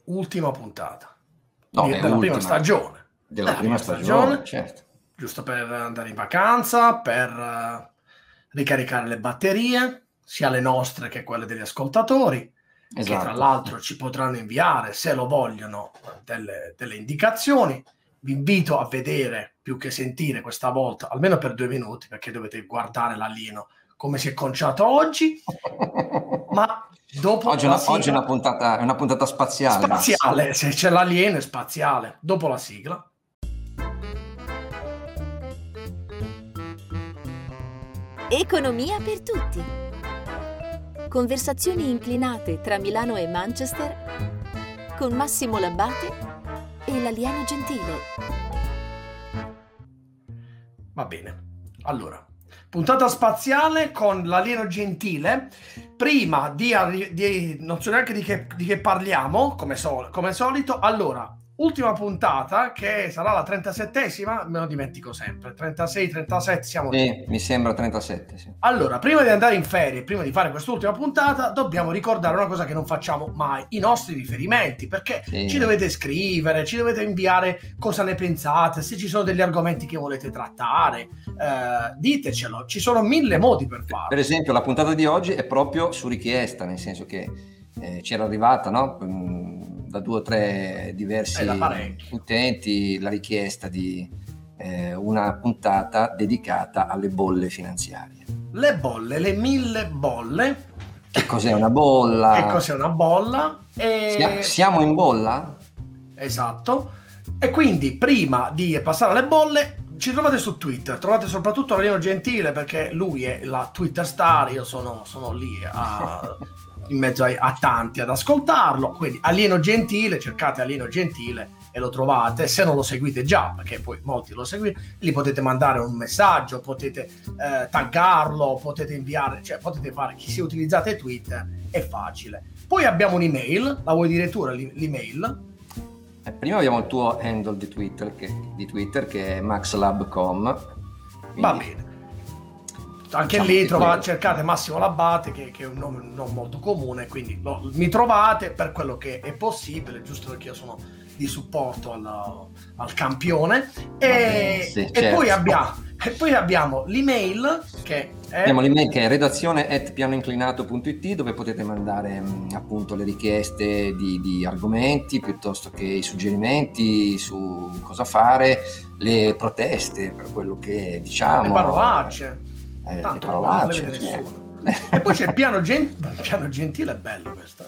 ultima puntata della prima stagione. Della prima stagione, certo. Giusto per andare in vacanza, per ricaricare le batterie, sia le nostre che quelle degli ascoltatori, che tra l'altro ci potranno inviare, se lo vogliono, delle indicazioni. Vi invito a vedere più che sentire questa volta, almeno per 2 minuti, perché dovete guardare l'alieno come si è conciato oggi. Ma dopo oggi è una puntata spaziale. Spaziale, se c'è l'alieno è spaziale. Dopo la sigla. Economia per tutti. Conversazioni inclinate tra Milano e Manchester con Massimo Labbate e l'alieno gentile. Va bene. Allora, puntata spaziale con l'alieno gentile. Prima di non so neanche di che parliamo, come solito. Allora, ultima puntata, che sarà la 37esima, me lo dimentico sempre, 36, 37, siamo sì, mi sembra 37, sì. Allora, prima di andare in ferie, prima di fare quest'ultima puntata, dobbiamo ricordare una cosa che non facciamo mai, i nostri riferimenti, perché ci dovete scrivere, ci dovete inviare cosa ne pensate, se ci sono degli argomenti che volete trattare, ditecelo, ci sono 1000 modi per farlo. Per esempio, la puntata di oggi è proprio su richiesta, nel senso che c'era arrivata, no? Da 2 o 3 diversi utenti la richiesta di una puntata dedicata alle bolle finanziarie. Le bolle, le 1000 bolle. Che cos'è una bolla? Che cos'è una bolla? Siamo in bolla? Esatto. E quindi prima di passare alle bolle ci trovate su Twitter, trovate soprattutto Alieno Gentile, perché lui è la Twitter star, io sono lì in mezzo a tanti ad ascoltarlo, quindi Alieno Gentile, cercate Alieno Gentile e lo trovate, se non lo seguite già, perché poi molti lo seguite, gli potete mandare un messaggio, potete taggarlo, potete inviare, cioè potete fare, se utilizzate Twitter è facile. Poi abbiamo un'email, la vuoi dire tu l'email? Prima abbiamo il tuo handle di Twitter che è maxlab.com. Va bene. Anche lì cercate Massimo Labbate, che è un nome non molto comune, quindi mi trovate per quello che è possibile, giusto perché io sono di supporto al campione. Certo. Poi abbiamo l'email che è... Abbiamo l'email che è redazione@pianoinclinato.it, dove potete mandare appunto le richieste di argomenti, piuttosto che i suggerimenti su cosa fare, le proteste per quello che diciamo. Le parolacce. Tanto non le vede nessuno. E poi c'è Piano Gentile, è bello questo,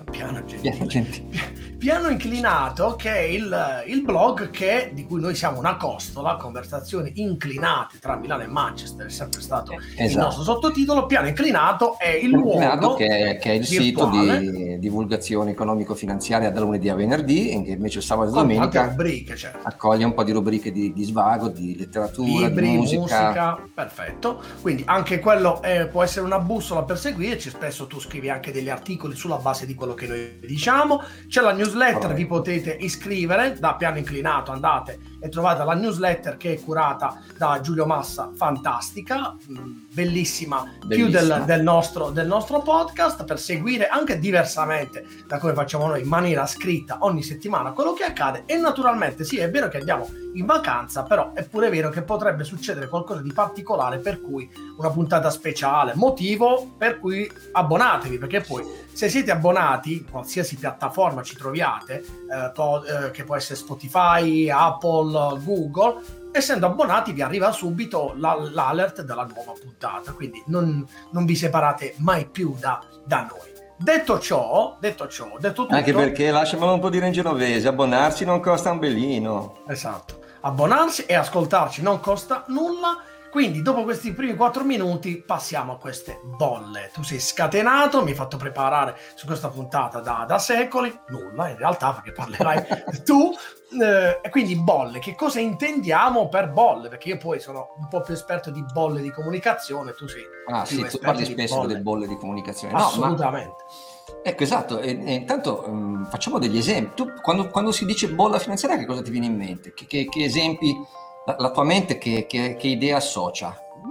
Piano Inclinato, che è il blog di cui noi siamo una costola, conversazioni inclinate tra Milano e Manchester, è sempre stato il nostro sottotitolo. Piano Inclinato è il luogo che è il sito di divulgazione economico-finanziaria da lunedì a venerdì, e che invece il sabato e domenica rubriche, certo, accoglie un po' di rubriche di svago, di letteratura, libri, di musica. Perfetto. Quindi anche quello può essere una bussola per seguirci. Spesso tu scrivi anche degli articoli sulla base di quello che noi diciamo. C'è la newsletter, vi potete iscrivere da Piano Inclinato, andate e trovate la newsletter che è curata da Giulio Massa, fantastica, bellissima. Più del nostro podcast, per seguire anche diversamente da come facciamo noi, in maniera scritta ogni settimana quello che accade. E naturalmente sì, è vero che andiamo in vacanza, però è pure vero che potrebbe succedere qualcosa di particolare, per cui una puntata speciale, motivo per cui abbonatevi, perché poi se siete abbonati, qualsiasi piattaforma ci troviate, che può essere Spotify, Apple, Google, essendo abbonati vi arriva subito l'alert della nuova puntata, quindi non vi separate mai più da noi. Detto tutto, anche perché, lasciamelo un po' dire in genovese, abbonarsi non costa un bellino. Esatto, abbonarsi e ascoltarci non costa nulla. Quindi dopo questi primi 4 minuti passiamo a queste bolle. Tu sei scatenato, mi hai fatto preparare su questa puntata da secoli, nulla in realtà, perché parlerai tu. E quindi bolle, che cosa intendiamo per bolle? Perché io poi sono un po' più esperto di bolle di comunicazione, tu sei sì, tu parli spesso delle bolle di comunicazione. Assolutamente. Ecco, esatto, e intanto facciamo degli esempi. Tu quando si dice bolla finanziaria, che cosa ti viene in mente? Che esempi, la tua mente che idea associa?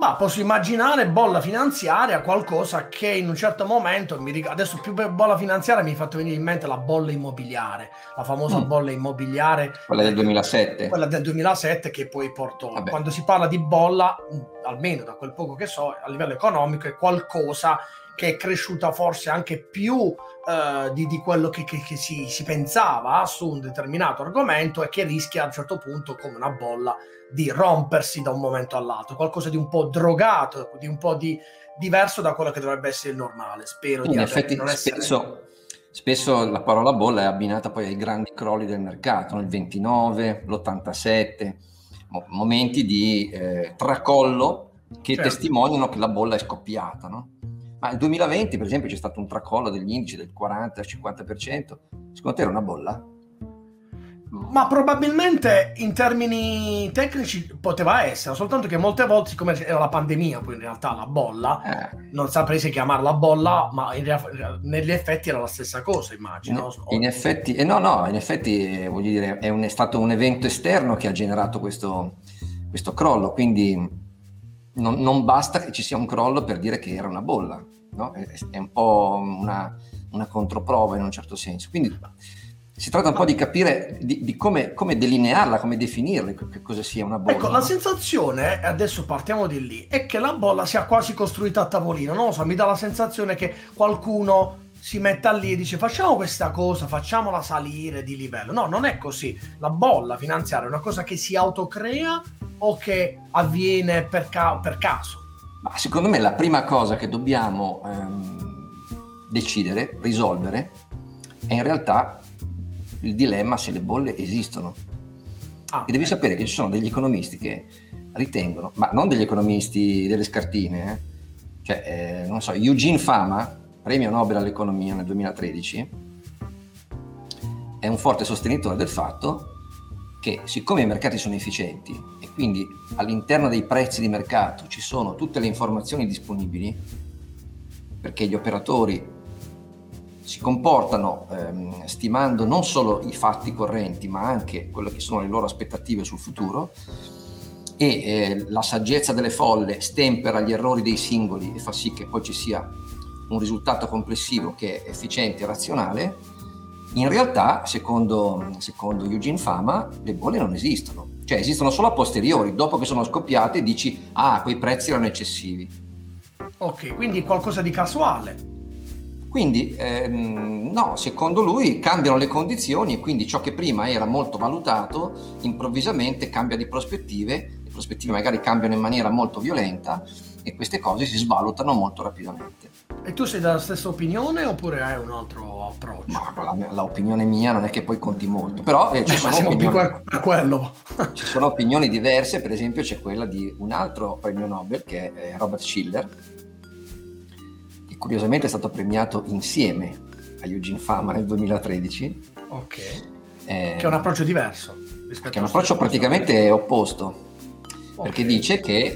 Ma posso immaginare bolla finanziaria, qualcosa che in un certo momento, adesso più per bolla finanziaria mi è fatto venire in mente la bolla immobiliare, la famosa bolla immobiliare. Quella del 2007. Quella del 2007 che poi portò, quando si parla di bolla, almeno da quel poco che so, a livello economico è qualcosa che è cresciuta forse anche più di quello che si pensava su un determinato argomento e che rischia a un certo punto, come una bolla, di rompersi da un momento all'altro, qualcosa di un po' drogato, di un po' diverso da quello che dovrebbe essere il normale. Spero in effetti non spesso la parola bolla è abbinata poi ai grandi crolli del mercato, no? Il 29, l'87, momenti di tracollo che testimoniano che la bolla è scoppiata, no? Ma nel 2020 per esempio c'è stato un tracollo degli indici del 40-50%, secondo te era una bolla? Ma probabilmente in termini tecnici poteva essere, soltanto che molte volte, siccome era la pandemia, poi in realtà la bolla, non saprei se chiamarla bolla, ma negli effetti era la stessa cosa, immagino. In effetti, voglio dire, è stato un evento esterno che ha generato questo crollo, quindi non basta che ci sia un crollo per dire che era una bolla, no? È un po' una controprova in un certo senso. Quindi si tratta un po' di capire di come delinearla, come definirla, che cosa sia una bolla. Ecco, la sensazione, adesso partiamo di lì, è che la bolla sia quasi costruita a tavolino, non lo so, mi dà la sensazione che qualcuno si metta lì e dice facciamo questa cosa, facciamola salire di livello. No, non è così. La bolla finanziaria è una cosa che si autocrea o che avviene per caso? Ma secondo me la prima cosa che dobbiamo decidere, risolvere, è in realtà il dilemma se le bolle esistono. E devi sapere che ci sono degli economisti che ritengono, ma non degli economisti delle scartine, non so, Eugene Fama, premio Nobel all'economia nel 2013, è un forte sostenitore del fatto che siccome i mercati sono efficienti e quindi all'interno dei prezzi di mercato ci sono tutte le informazioni disponibili, perché gli operatori si comportano stimando non solo i fatti correnti ma anche quelle che sono le loro aspettative sul futuro, e la saggezza delle folle stempera gli errori dei singoli e fa sì che poi ci sia un risultato complessivo che è efficiente e razionale. In realtà, secondo Eugene Fama, le bolle non esistono, cioè esistono solo a posteriori, dopo che sono scoppiate e dici quei prezzi erano eccessivi. Ok, quindi qualcosa di casuale. Quindi no, secondo lui cambiano le condizioni e quindi ciò che prima era molto valutato improvvisamente cambia di prospettive, le prospettive magari cambiano in maniera molto violenta e queste cose si svalutano molto rapidamente. E tu sei della stessa opinione oppure hai un altro approccio? Ma l'opinione mia non è che poi conti molto, però ci sono opinioni diverse. Per esempio c'è quella di un altro premio Nobel che è Robert Shiller, che curiosamente è stato premiato insieme a Eugene Fama nel 2013. Ok. Che è un approccio diverso. Che è un approccio praticamente opposto, perché dice che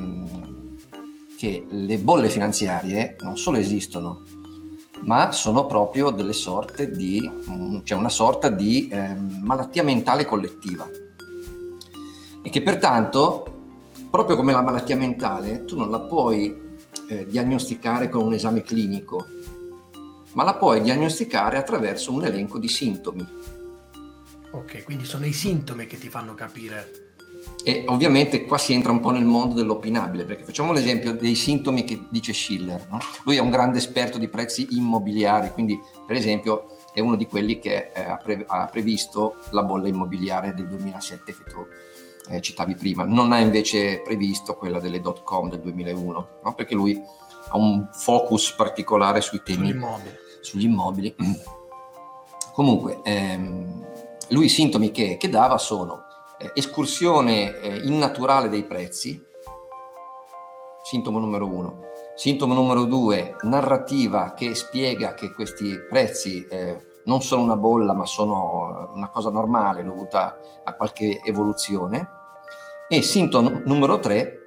le bolle finanziarie non solo esistono, ma sono proprio delle sorte di, una sorta di malattia mentale collettiva, e che pertanto, proprio come la malattia mentale, tu non la puoi diagnosticare con un esame clinico, ma la puoi diagnosticare attraverso un elenco di sintomi. Ok, quindi sono i sintomi che ti fanno capire. E ovviamente qua si entra un po' nel mondo dell'opinabile, perché facciamo l'esempio dei sintomi che dice Shiller, no? Lui è un grande esperto di prezzi immobiliari, quindi per esempio è uno di quelli che ha previsto la bolla immobiliare del 2007 che tu citavi prima. Non ha invece previsto quella delle .com del 2001, no? Perché lui ha un focus particolare sui temi sugli immobili. Comunque lui i sintomi che dava sono escursione innaturale dei prezzi, sintomo numero 1. Sintomo numero 2, narrativa che spiega che questi prezzi non sono una bolla ma sono una cosa normale dovuta a qualche evoluzione. E sintomo numero 3,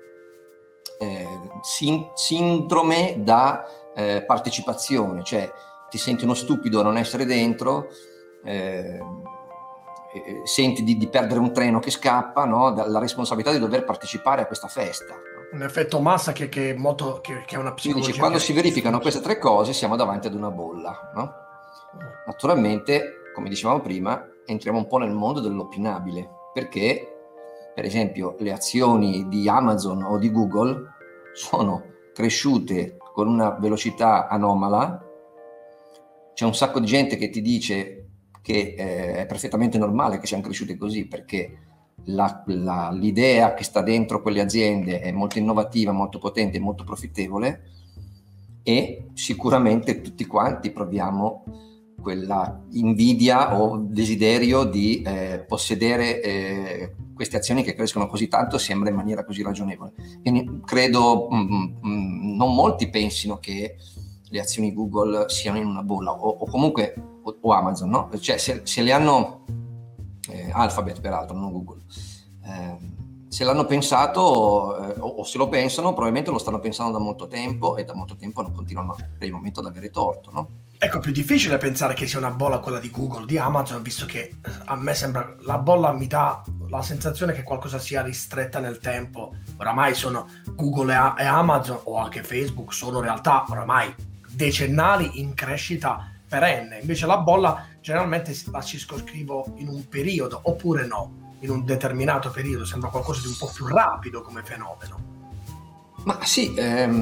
sindrome da partecipazione, cioè ti senti uno stupido a non essere dentro, senti di perdere un treno che scappa, no? La responsabilità di dover partecipare a questa festa, no? Un effetto massa che è molto, che è una psicologia. Quindi quando si verificano queste tre cose siamo davanti ad una bolla, no? Naturalmente, come dicevamo prima, entriamo un po' nel mondo dell'opinabile, perché per esempio le azioni di Amazon o di Google sono cresciute con una velocità anomala. C'è un sacco di gente che ti dice che è perfettamente normale che siano cresciute così, perché l'idea che sta dentro quelle aziende è molto innovativa, molto potente e molto profittevole, e sicuramente tutti quanti proviamo quella invidia o desiderio di possedere queste azioni che crescono così tanto, sembra in maniera così ragionevole. Quindi credo non molti pensino che le azioni Google siano in una bolla, o comunque o Amazon, no? Cioè se le hanno Alphabet, peraltro, non Google, se l'hanno pensato o se lo pensano, probabilmente lo stanno pensando da molto tempo, e da molto tempo non continuano per il momento ad avere torto, no? Ecco, è più difficile pensare che sia una bolla quella di Google, di Amazon, visto che a me sembra, la bolla mi dà la sensazione che qualcosa sia ristretta nel tempo. Oramai sono Google e Amazon, o anche Facebook, sono realtà oramai decennali in crescita perenne. Invece la bolla generalmente la circoscrivo in un periodo, oppure no, in un determinato periodo. Sembra qualcosa di un po' più rapido come fenomeno. Ma sì,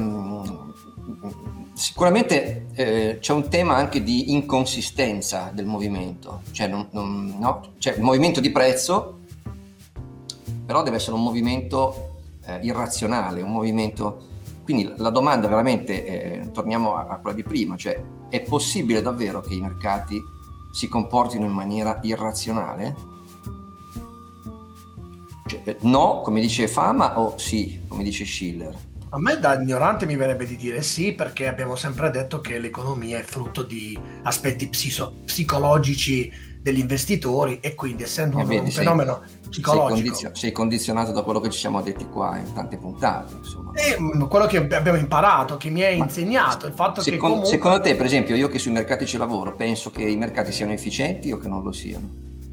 sicuramente c'è un tema anche di inconsistenza del movimento, cioè, no? Cioè il movimento di prezzo però deve essere un movimento irrazionale, un movimento. Quindi la domanda veramente, torniamo a quella di prima, cioè è possibile davvero che i mercati si comportino in maniera irrazionale? Cioè, no, come dice Fama, o sì, come dice Schiller? A me da ignorante mi verrebbe di dire sì, perché abbiamo sempre detto che l'economia è frutto di aspetti psicologici degli investitori, e quindi essendo un fenomeno psicologico sei condizionato da quello che ci siamo detti qua in tante puntate, insomma. E quello che abbiamo imparato, che mi hai insegnato, il fatto che comunque... Secondo te, per esempio, io che sui mercati ci lavoro, penso che i mercati siano efficienti o che non lo siano?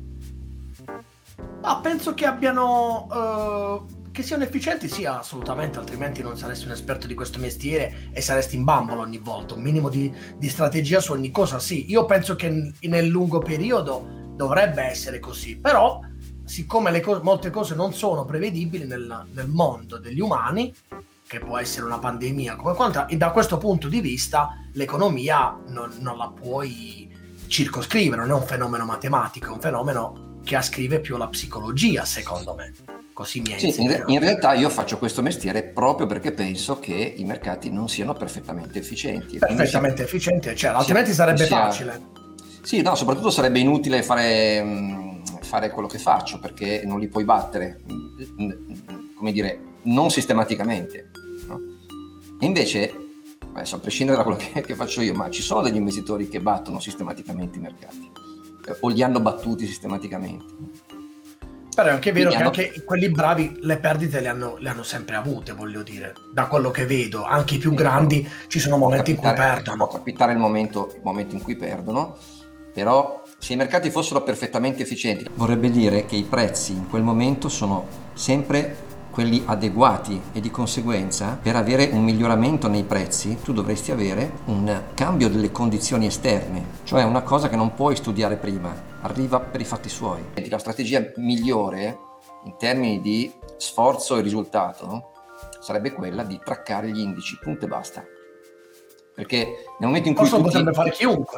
Penso che abbiano... che siano efficienti, sì, assolutamente, altrimenti non saresti un esperto di questo mestiere e saresti in bambolo ogni volta. Un minimo di strategia su ogni cosa, sì. Io penso che nel lungo periodo dovrebbe essere così, però siccome molte cose non sono prevedibili nel mondo degli umani, che può essere una pandemia come quanta, e da questo punto di vista l'economia non la puoi circoscrivere, non è un fenomeno matematico, è un fenomeno che ascrive più alla psicologia, secondo me. Così mi è insegnato. In realtà io faccio questo mestiere proprio perché penso che i mercati non siano perfettamente efficienti. Perfettamente efficienti, cioè, altrimenti sarebbe facile. Sì, no, soprattutto sarebbe inutile fare quello che faccio, perché non li puoi battere, come dire, non sistematicamente, no? E invece, adesso, a prescindere da quello che faccio io, ma ci sono degli investitori che battono sistematicamente i mercati, o li hanno battuti sistematicamente. Però è anche vero che anche quelli bravi le perdite le hanno sempre avute, voglio dire, da quello che vedo. Anche i più grandi ci sono momenti in cui perdono. Può capitare il momento in cui perdono, però se i mercati fossero perfettamente efficienti, vorrebbe dire che i prezzi in quel momento sono sempre quelli adeguati, e di conseguenza per avere un miglioramento nei prezzi tu dovresti avere un cambio delle condizioni esterne, cioè una cosa che non puoi studiare prima, arriva per i fatti suoi. La strategia migliore in termini di sforzo e risultato sarebbe quella di traccare gli indici, punto e basta, perché nel momento in cui potrebbe fare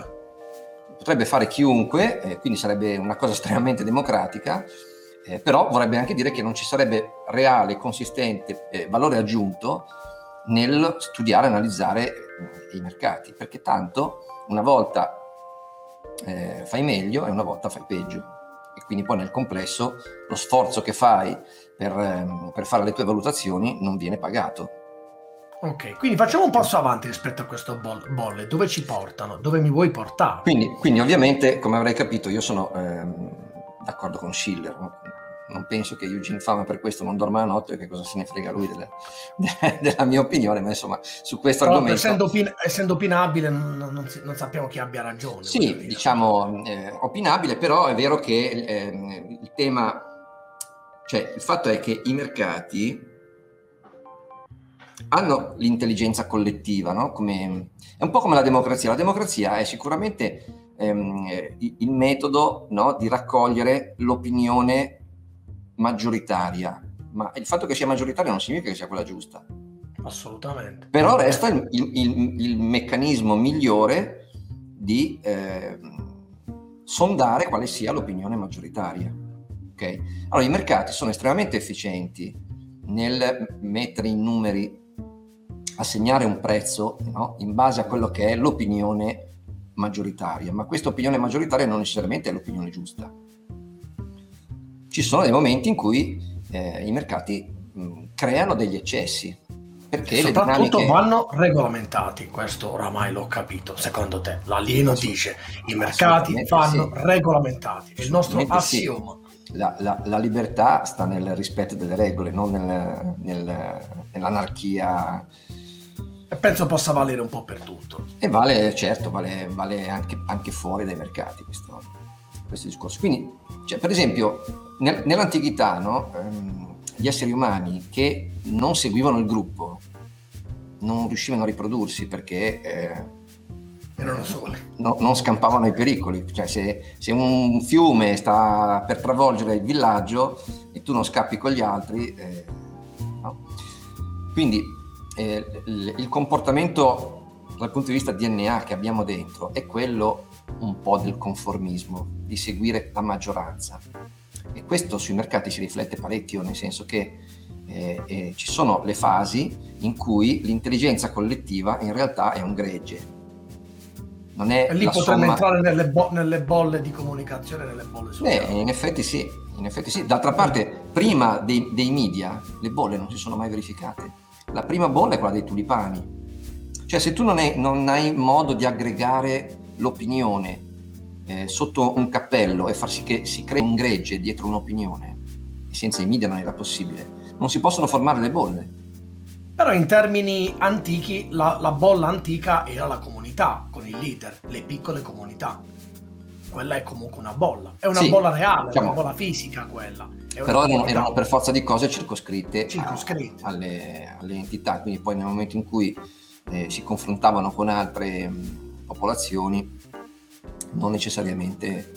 chiunque, quindi sarebbe una cosa estremamente democratica. Però vorrebbe anche dire che non ci sarebbe reale, consistente valore aggiunto nel studiare e analizzare i mercati, perché tanto una volta fai meglio e una volta fai peggio, e quindi poi nel complesso lo sforzo che fai per fare le tue valutazioni non viene pagato. Ok, quindi facciamo un passo avanti rispetto a questo bolle. Dove ci portano? Dove mi vuoi portare? Quindi ovviamente, come avrai capito, io sono d'accordo con Schiller. Non penso che Eugene Fama per questo non dorma la notte, che cosa se ne frega lui della mia opinione, ma insomma su questo argomento... Essendo opinabile non sappiamo chi abbia ragione. Sì, diciamo opinabile, però è vero che il tema, cioè il fatto è che i mercati hanno l'intelligenza collettiva, no? È un po' come la democrazia. La democrazia è sicuramente il metodo, no, di raccogliere l'opinione maggioritaria, ma il fatto che sia maggioritaria non significa che sia quella giusta. Assolutamente. Però resta il meccanismo migliore di sondare quale sia l'opinione maggioritaria. Okay? Allora, i mercati sono estremamente efficienti nel mettere in numeri, assegnare un prezzo, no, in base a quello che è l'opinione maggioritaria, ma questa opinione maggioritaria non necessariamente è l'opinione giusta. Ci sono dei momenti in cui i mercati creano degli eccessi, perché soprattutto vanno regolamentati. Questo oramai l'ho capito. Secondo te l'alieno dice i mercati vanno regolamentati, il nostro assioma. La libertà sta nel rispetto delle regole, non nell'anarchia. E penso possa valere un po' per tutto. E vale anche fuori dai mercati questo discorso. Quindi, cioè, per esempio, nell'antichità, no, gli esseri umani che non seguivano il gruppo non riuscivano a riprodursi perché erano soli. Non scampavano i pericoli. Cioè, se un fiume sta per travolgere il villaggio e tu non scappi con gli altri, no? Quindi il comportamento dal punto di vista DNA che abbiamo dentro è quello un po' del conformismo, di seguire la maggioranza, e questo sui mercati si riflette parecchio, nel senso che ci sono le fasi in cui l'intelligenza collettiva in realtà è un gregge, non è e lì potremmo entrare nelle bolle di comunicazione, nelle bolle sociali. In effetti sì. D'altra parte, prima dei media le bolle non si sono mai verificate. La prima bolla è quella dei tulipani. Cioè, se tu non hai modo di aggregare l'opinione sotto un cappello e far sì che si crei un gregge dietro un'opinione, e senza i media non era possibile, non si possono formare le bolle. Però in termini antichi la bolla antica era la comunità con il leader, le piccole comunità. Quella è comunque una bolla, è una bolla reale, diciamo, una bolla fisica quella. Però erano per forza di cose circoscritte. Alle entità, quindi poi nel momento in cui si confrontavano con altre popolazioni non necessariamente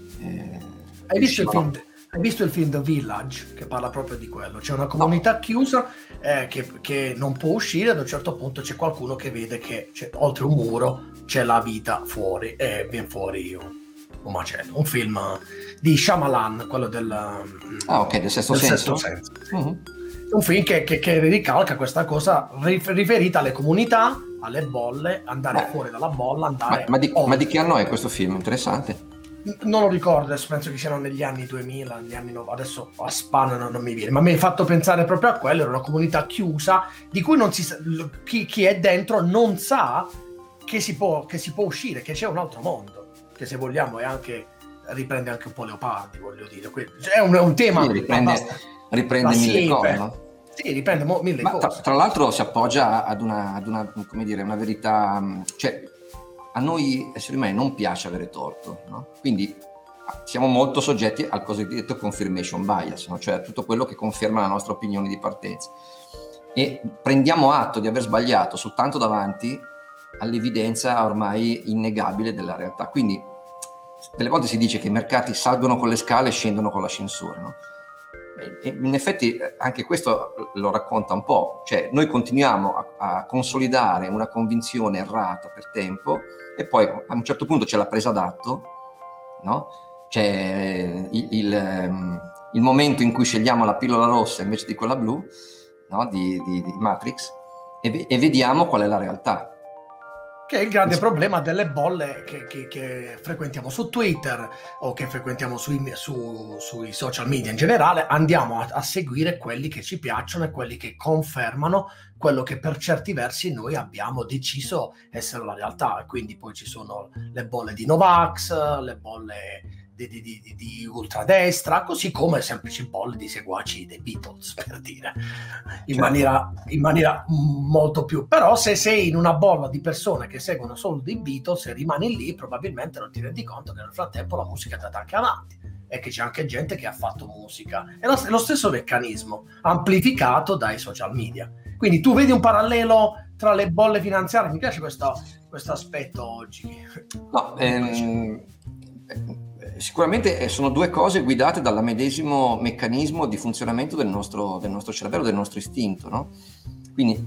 Hai visto il film The Village, che parla proprio di quello? C'è una comunità chiusa che non può uscire, ad un certo punto c'è qualcuno che vede che oltre un muro c'è la vita fuori e viene fuori un macello. Un film di Shyamalan, quello del Sesto Senso. Uh-huh. Un film che ricalca questa cosa riferita alle comunità, alle bolle, andare fuori dalla bolla, andare... Ma di che anno è questo film? Interessante. Non lo ricordo, adesso penso che siano negli anni 2000, negli anni 90, adesso a spanna non mi viene, ma mi hai fatto pensare proprio a quello. Era una comunità chiusa di cui non si sa, chi è dentro non sa che si può uscire, che c'è un altro mondo, che se vogliamo riprende anche un po' Leopardi, voglio dire. È un tema... Sì, riprende mille cose, no? Sì, riprende mille cose. Tra l'altro si appoggia ad una come dire, una verità, cioè a noi esseri umani non piace avere torto, no? Quindi siamo molto soggetti al cosiddetto confirmation bias, no? Cioè tutto quello che conferma la nostra opinione di partenza, e prendiamo atto di aver sbagliato soltanto davanti all'evidenza ormai innegabile della realtà. Quindi delle volte si dice che i mercati salgono con le scale e scendono con l'ascensore, no? E in effetti anche questo lo racconta un po', cioè noi continuiamo a consolidare una convinzione errata per tempo e poi a un certo punto c'è la presa d'atto, no? C'è il momento in cui scegliamo la pillola rossa invece di quella blu, no? di Matrix, e vediamo qual è la realtà. Che è il grande problema delle bolle che frequentiamo su Twitter o che frequentiamo sui social media in generale. Andiamo a seguire quelli che ci piacciono e quelli che confermano quello che per certi versi noi abbiamo deciso essere la realtà. E quindi poi ci sono le bolle di Novax, le bolle di ultradestra, così come semplici bolle di seguaci dei Beatles, per dire, in maniera molto più. Però se sei in una bolla di persone che seguono solo dei Beatles e rimani lì, probabilmente non ti rendi conto che nel frattempo la musica è andata anche avanti e che c'è anche gente che ha fatto musica. È lo stesso meccanismo amplificato dai social media. Quindi tu vedi un parallelo tra le bolle finanziarie? Mi piace questo aspetto oggi. No, sicuramente sono due cose guidate dal medesimo meccanismo di funzionamento del nostro cervello, del nostro istinto, no? Quindi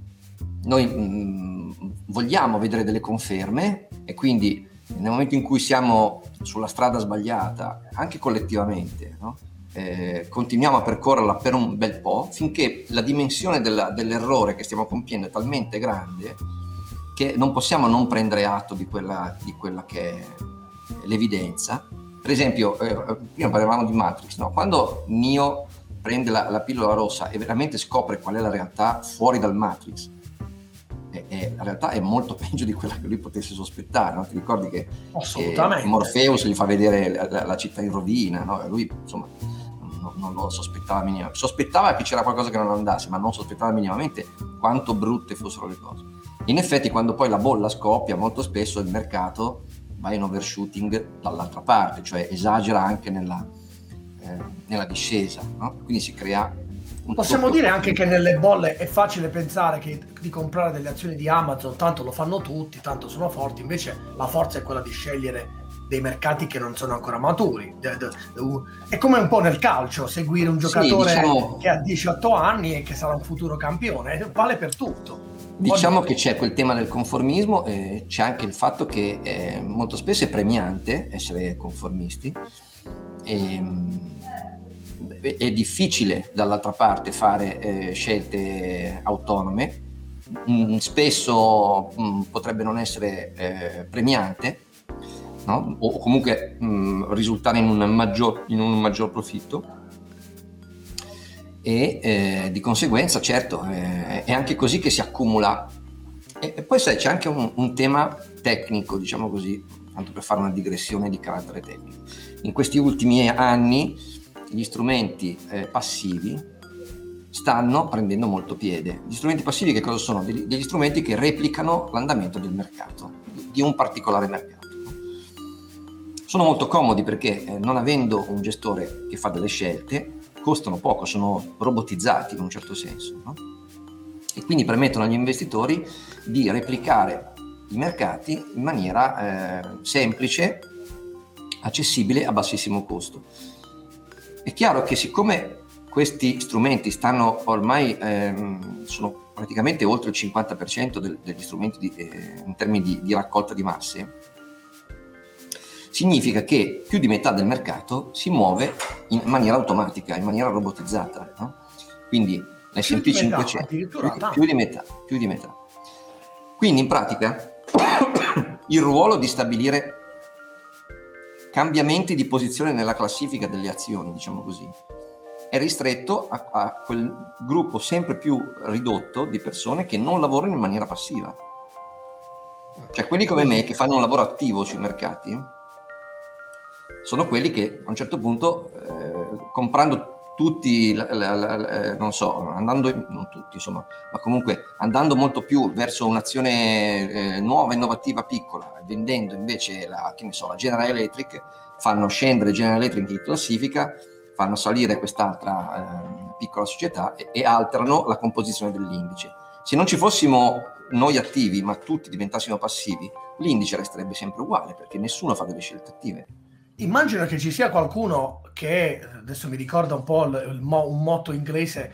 noi vogliamo vedere delle conferme, e quindi nel momento in cui siamo sulla strada sbagliata, anche collettivamente, no? Continuiamo a percorrerla per un bel po', finché la dimensione dell'errore che stiamo compiendo è talmente grande che non possiamo non prendere atto di quella che è l'evidenza. Per esempio, prima parlavamo di Matrix, no? Quando Neo prende la pillola rossa e veramente scopre qual è la realtà fuori dal Matrix, la realtà è molto peggio di quella che lui potesse sospettare, no? Ti ricordi che Morpheus gli fa vedere la città in rovina, no? E lui insomma non lo sospettava minimamente, sospettava che c'era qualcosa che non andasse, ma non sospettava minimamente quanto brutte fossero le cose. In effetti, quando poi la bolla scoppia, molto spesso il mercato va in overshooting dall'altra parte, cioè esagera anche nella discesa, no? Quindi si crea possiamo dire anche che nelle bolle è facile pensare di comprare delle azioni di Amazon, tanto lo fanno tutti, tanto sono forti, invece la forza è quella di scegliere dei mercati che non sono ancora maturi. È come un po' nel calcio, seguire un giocatore che ha 18 anni e che sarà un futuro campione, vale per tutto. Diciamo che c'è quel tema del conformismo, c'è anche il fatto che molto spesso è premiante essere conformisti, è difficile dall'altra parte fare scelte autonome, spesso potrebbe non essere premiante, no? O comunque risultare in un maggior profitto, e di conseguenza certo è anche così che si accumula. E poi sai, c'è anche un tema tecnico, diciamo così, tanto per fare una digressione di carattere tecnico. In questi ultimi anni gli strumenti passivi stanno prendendo molto piede. Gli strumenti passivi che cosa sono? Degli strumenti che replicano l'andamento del mercato, di un particolare mercato. Sono molto comodi perché non avendo un gestore che fa delle scelte, costano poco, sono robotizzati in un certo senso, no? E quindi permettono agli investitori di replicare i mercati in maniera semplice, accessibile a bassissimo costo. È chiaro che siccome questi strumenti stanno ormai sono praticamente oltre il 50% degli strumenti in termini di raccolta di masse, significa che più di metà del mercato si muove in maniera automatica, in maniera robotizzata, no? Quindi l'S&P 500 più di metà. Quindi in pratica il ruolo di stabilire cambiamenti di posizione nella classifica delle azioni, diciamo così, è ristretto a quel gruppo sempre più ridotto di persone che non lavorano in maniera passiva. Cioè quelli come me che fanno un lavoro attivo sui mercati sono quelli che a un certo punto comprando tutti, non so, non tutti insomma, ma comunque andando molto più verso un'azione nuova, innovativa, piccola, vendendo invece la General Electric, fanno scendere General Electric in classifica, fanno salire quest'altra piccola società e alterano la composizione dell'indice. Se non ci fossimo noi attivi, ma tutti diventassimo passivi, l'indice resterebbe sempre uguale, perché nessuno fa delle scelte attive. Immagino che ci sia qualcuno che, adesso mi ricorda un po' un motto inglese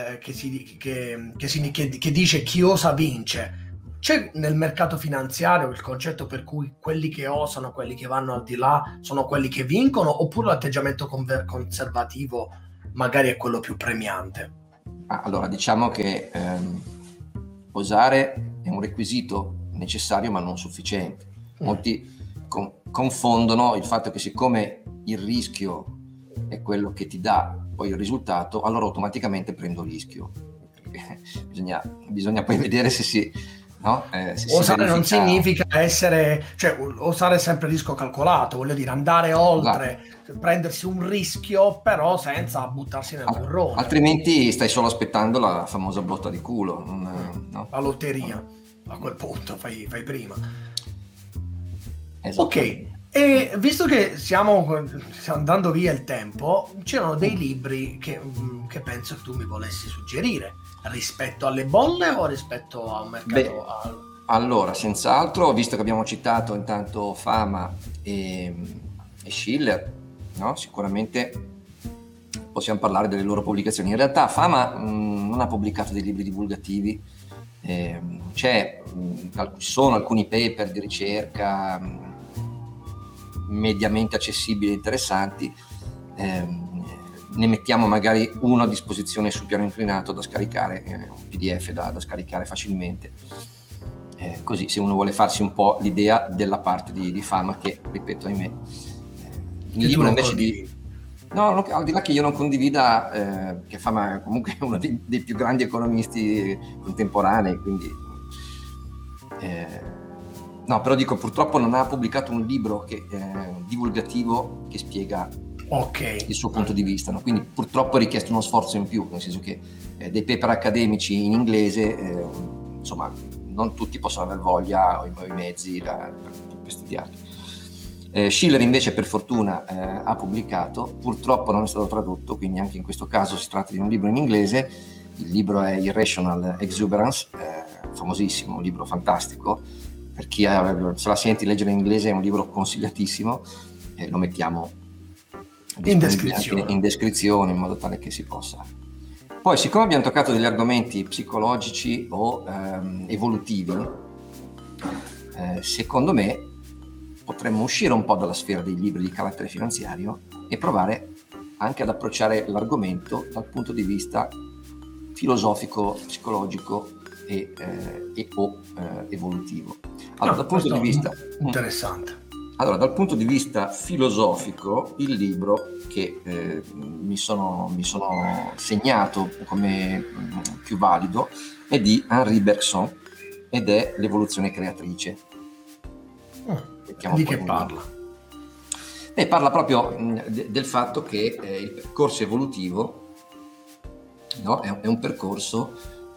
che dice chi osa vince. C'è nel mercato finanziario il concetto per cui quelli che osano, quelli che vanno al di là, sono quelli che vincono, oppure l'atteggiamento conservativo magari è quello più premiante? Allora, diciamo che osare è un requisito necessario ma non sufficiente. Molti confondono il fatto che siccome il rischio è quello che ti dà poi il risultato, allora automaticamente prendo il rischio. Bisogna poi vedere se si... No? Osare non significa osare è sempre rischio calcolato, voglio dire andare oltre, esatto. Prendersi un rischio però senza buttarsi nel burrone, altrimenti stai solo aspettando la famosa botta di culo, no? La lotteria, a quel punto fai prima. Esatto. Ok, E visto che stiamo andando via il tempo, c'erano dei libri che penso che tu mi volessi suggerire rispetto alle bolle o rispetto a un mercato. Allora, senz'altro, visto che abbiamo citato intanto Fama e Schiller, no? Sicuramente possiamo parlare delle loro pubblicazioni. In realtà Fama non ha pubblicato dei libri divulgativi, ci sono alcuni paper di ricerca mediamente accessibili e interessanti, ne mettiamo magari uno a disposizione sul piano inclinato da scaricare, un PDF da scaricare facilmente, così se uno vuole farsi un po' l'idea della parte di Fama, che ripeto, ahimè, il libro invece no, al di là che io non condivida, che Fama è comunque uno dei più grandi economisti contemporanei, quindi no, però dico, purtroppo non ha pubblicato un libro divulgativo che spiega il suo punto di vista, no? Quindi purtroppo è richiesto uno sforzo in più, nel senso che dei paper accademici in inglese, insomma, non tutti possono aver voglia o i mezzi per studiarli. Schiller invece per fortuna ha pubblicato, purtroppo non è stato tradotto, quindi anche in questo caso si tratta di un libro in inglese. Il libro è Irrational Exuberance, famosissimo, un libro fantastico, per chi se la senti leggere in inglese è un libro consigliatissimo, lo mettiamo in descrizione in modo tale che si possa. Poi, siccome abbiamo toccato degli argomenti psicologici o evolutivi, secondo me potremmo uscire un po' dalla sfera dei libri di carattere finanziario e provare anche ad approcciare l'argomento dal punto di vista filosofico, psicologico e evolutivo. Allora, dal punto di vista interessante. Allora, dal punto di vista filosofico, il libro che mi sono segnato come più valido è di Henri Bergson ed è L'evoluzione creatrice. Di che parla? Parla proprio del fatto che il percorso evolutivo, no, è un percorso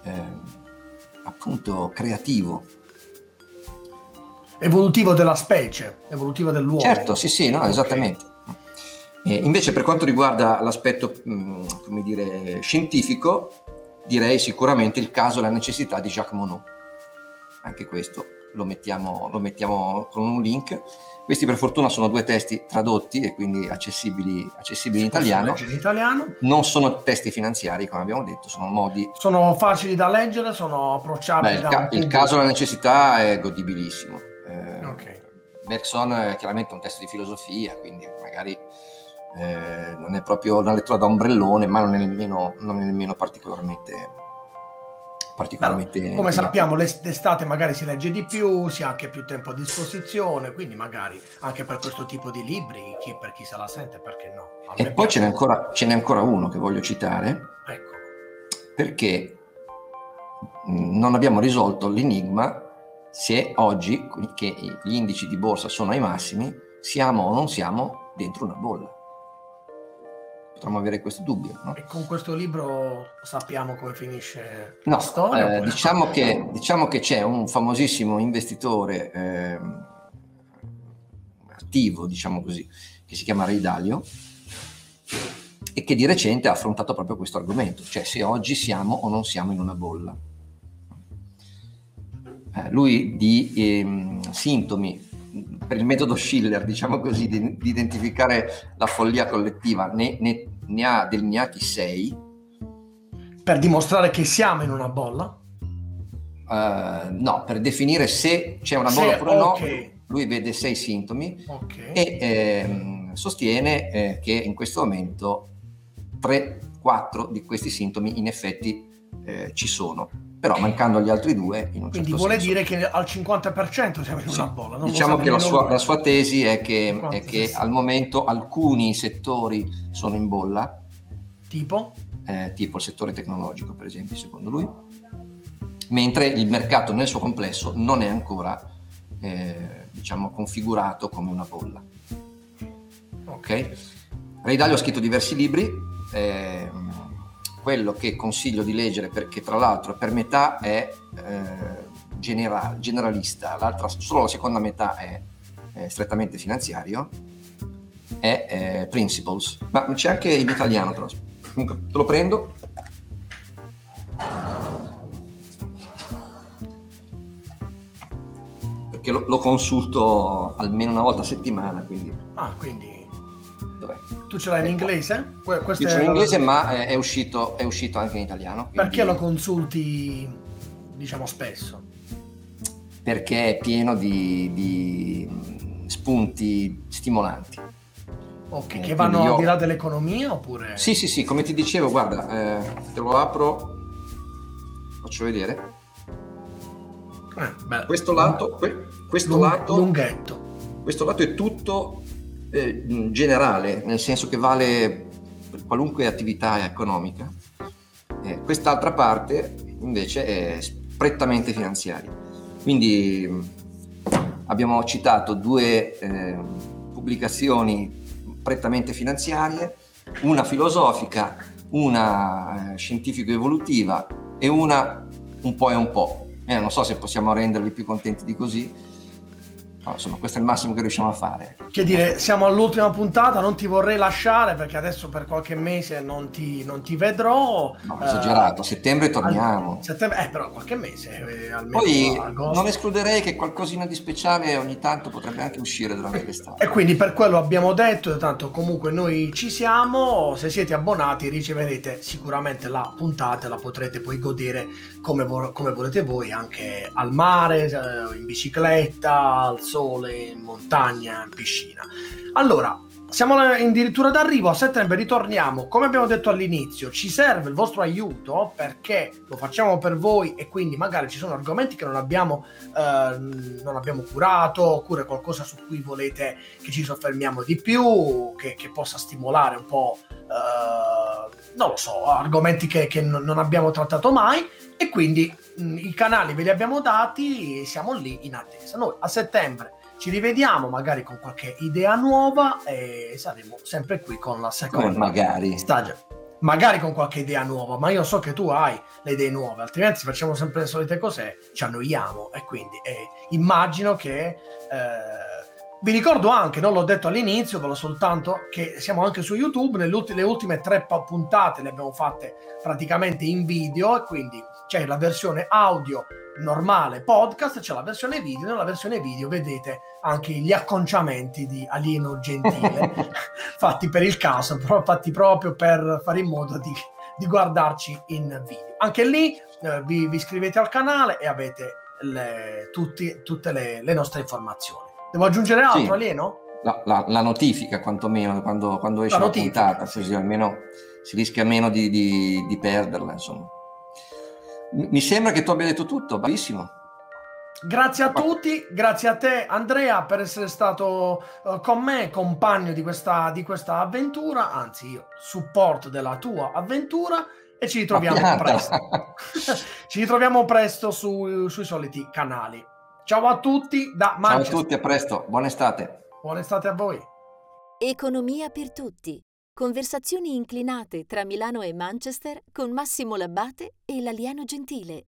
appunto creativo. Evolutivo della specie, evolutivo dell'uomo. Certo, sì, no, okay. Esattamente. Invece per quanto riguarda l'aspetto, come dire, scientifico, direi sicuramente Il caso e la necessità di Jacques Monod. Anche questo lo mettiamo con un link. Questi per fortuna sono 2 testi tradotti e quindi accessibili in italiano. Non sono testi finanziari, come abbiamo detto, sono modi. Sono facili da leggere, sono approcciabili. Il caso e la necessità è godibilissimo. Okay. Bergson è chiaramente un testo di filosofia, quindi magari non è proprio una lettura da ombrellone, ma non è nemmeno particolarmente. Come sappiamo, l'estate magari si legge di più, si ha anche più tempo a disposizione, quindi magari anche per questo tipo di libri, per chi se la sente, perché no? E poi ce n'è ancora uno che voglio citare, ecco, perché non abbiamo risolto l'enigma se oggi, che gli indici di borsa sono ai massimi, siamo o non siamo dentro una bolla. Potremmo avere questo dubbio, no? E con questo libro sappiamo come finisce la storia? Diciamo che c'è un famosissimo investitore attivo, diciamo così, che si chiama Ray Dalio e che di recente ha affrontato proprio questo argomento, cioè se oggi siamo o non siamo in una bolla. Lui di sintomi per il metodo Schiller, diciamo così, di identificare la follia collettiva, ne ha delineati 6. Per dimostrare che siamo in una bolla? No, per definire se c'è una bolla oppure okay. No. Lui vede 6 sintomi, okay. E sostiene che in questo momento 3-4 di questi sintomi in effetti ci sono. Però mancando gli altri 2 in un quindi certo vuole senso. dire che al 50% siamo in una bolla. Non diciamo che la sua tesi è che al momento alcuni settori sono in bolla. Tipo il settore tecnologico, per esempio, secondo lui, mentre il mercato nel suo complesso non è ancora configurato come una bolla. Ok? Ray Dalio ha scritto diversi libri. Quello che consiglio di leggere, perché tra l'altro per metà è generalista, l'altra, solo la seconda metà è strettamente finanziario, è Principles, ma c'è anche in italiano, però comunque te lo prendo. Perché lo consulto almeno una volta a settimana, quindi... quindi... Dov'è? Tu ce l'hai in inglese? Io ce l'ho in inglese, ma è uscito anche in italiano. Quindi... Perché lo consulti, diciamo, spesso? Perché è pieno di spunti stimolanti. Ok, che vanno al di là dell'economia oppure... Sì, come ti dicevo, guarda, te lo apro, faccio vedere. Questo lato, lunghetto. Questo lato è tutto generale, nel senso che vale per qualunque attività economica. Quest'altra parte invece è prettamente finanziaria. Quindi abbiamo citato 2 pubblicazioni prettamente finanziarie, una filosofica, una scientifico-evolutiva e una un po' e un po'. Non so se possiamo rendervi più contenti di così. No, insomma, questo è il massimo che riusciamo a fare. Che dire, siamo all'ultima puntata, non ti vorrei lasciare perché adesso per qualche mese non ti vedrò. No, esagerato, a settembre torniamo. Però qualche mese almeno. Poi non escluderei che qualcosina di speciale ogni tanto potrebbe anche uscire durante l'estate. E quindi per quello abbiamo detto, tanto comunque noi ci siamo, se siete abbonati riceverete sicuramente la puntata, la potrete poi godere come volete voi, anche al mare, in bicicletta, al sole, in montagna, in piscina. Allora, siamo addirittura d'arrivo, a settembre ritorniamo, come abbiamo detto all'inizio, ci serve il vostro aiuto perché lo facciamo per voi e quindi magari ci sono argomenti che non abbiamo curato, oppure qualcosa su cui volete che ci soffermiamo di più, che possa stimolare un po', non lo so, argomenti che non abbiamo trattato mai, e quindi i canali ve li abbiamo dati, siamo lì in attesa. Noi a settembre ci rivediamo magari con qualche idea nuova e saremo sempre qui con la seconda stagione. Magari con qualche idea nuova, ma io so che tu hai le idee nuove, altrimenti facciamo sempre le solite cose, ci annoiamo, e quindi immagino che... vi ricordo anche, non l'ho detto all'inizio, però soltanto che siamo anche su YouTube, le ultime 3 puntate le abbiamo fatte praticamente in video, e quindi c'è la versione audio normale podcast, c'è la versione video. Nella versione video vedete anche gli acconciamenti di Alieno Gentile fatti per il caso, però fatti proprio per fare in modo di guardarci in video. Anche lì vi iscrivete al canale e avete tutte le nostre informazioni. Devo aggiungere altro, sì. Alieno? La notifica quantomeno quando esce la puntata, così almeno si rischia meno di perderla, insomma. Mi sembra che tu abbia detto tutto, bravissimo. Grazie a tutti, grazie a te Andrea per essere stato con me, compagno di questa avventura, anzi io supporto della tua avventura, e ci ritroviamo presto. Ci ritroviamo presto sui soliti canali. Ciao a tutti da Manchester. Ciao a tutti, a presto, buona estate. Buona estate a voi. Economia per tutti. Conversazioni inclinate tra Milano e Manchester con Massimo Labbate e l'Alieno Gentile.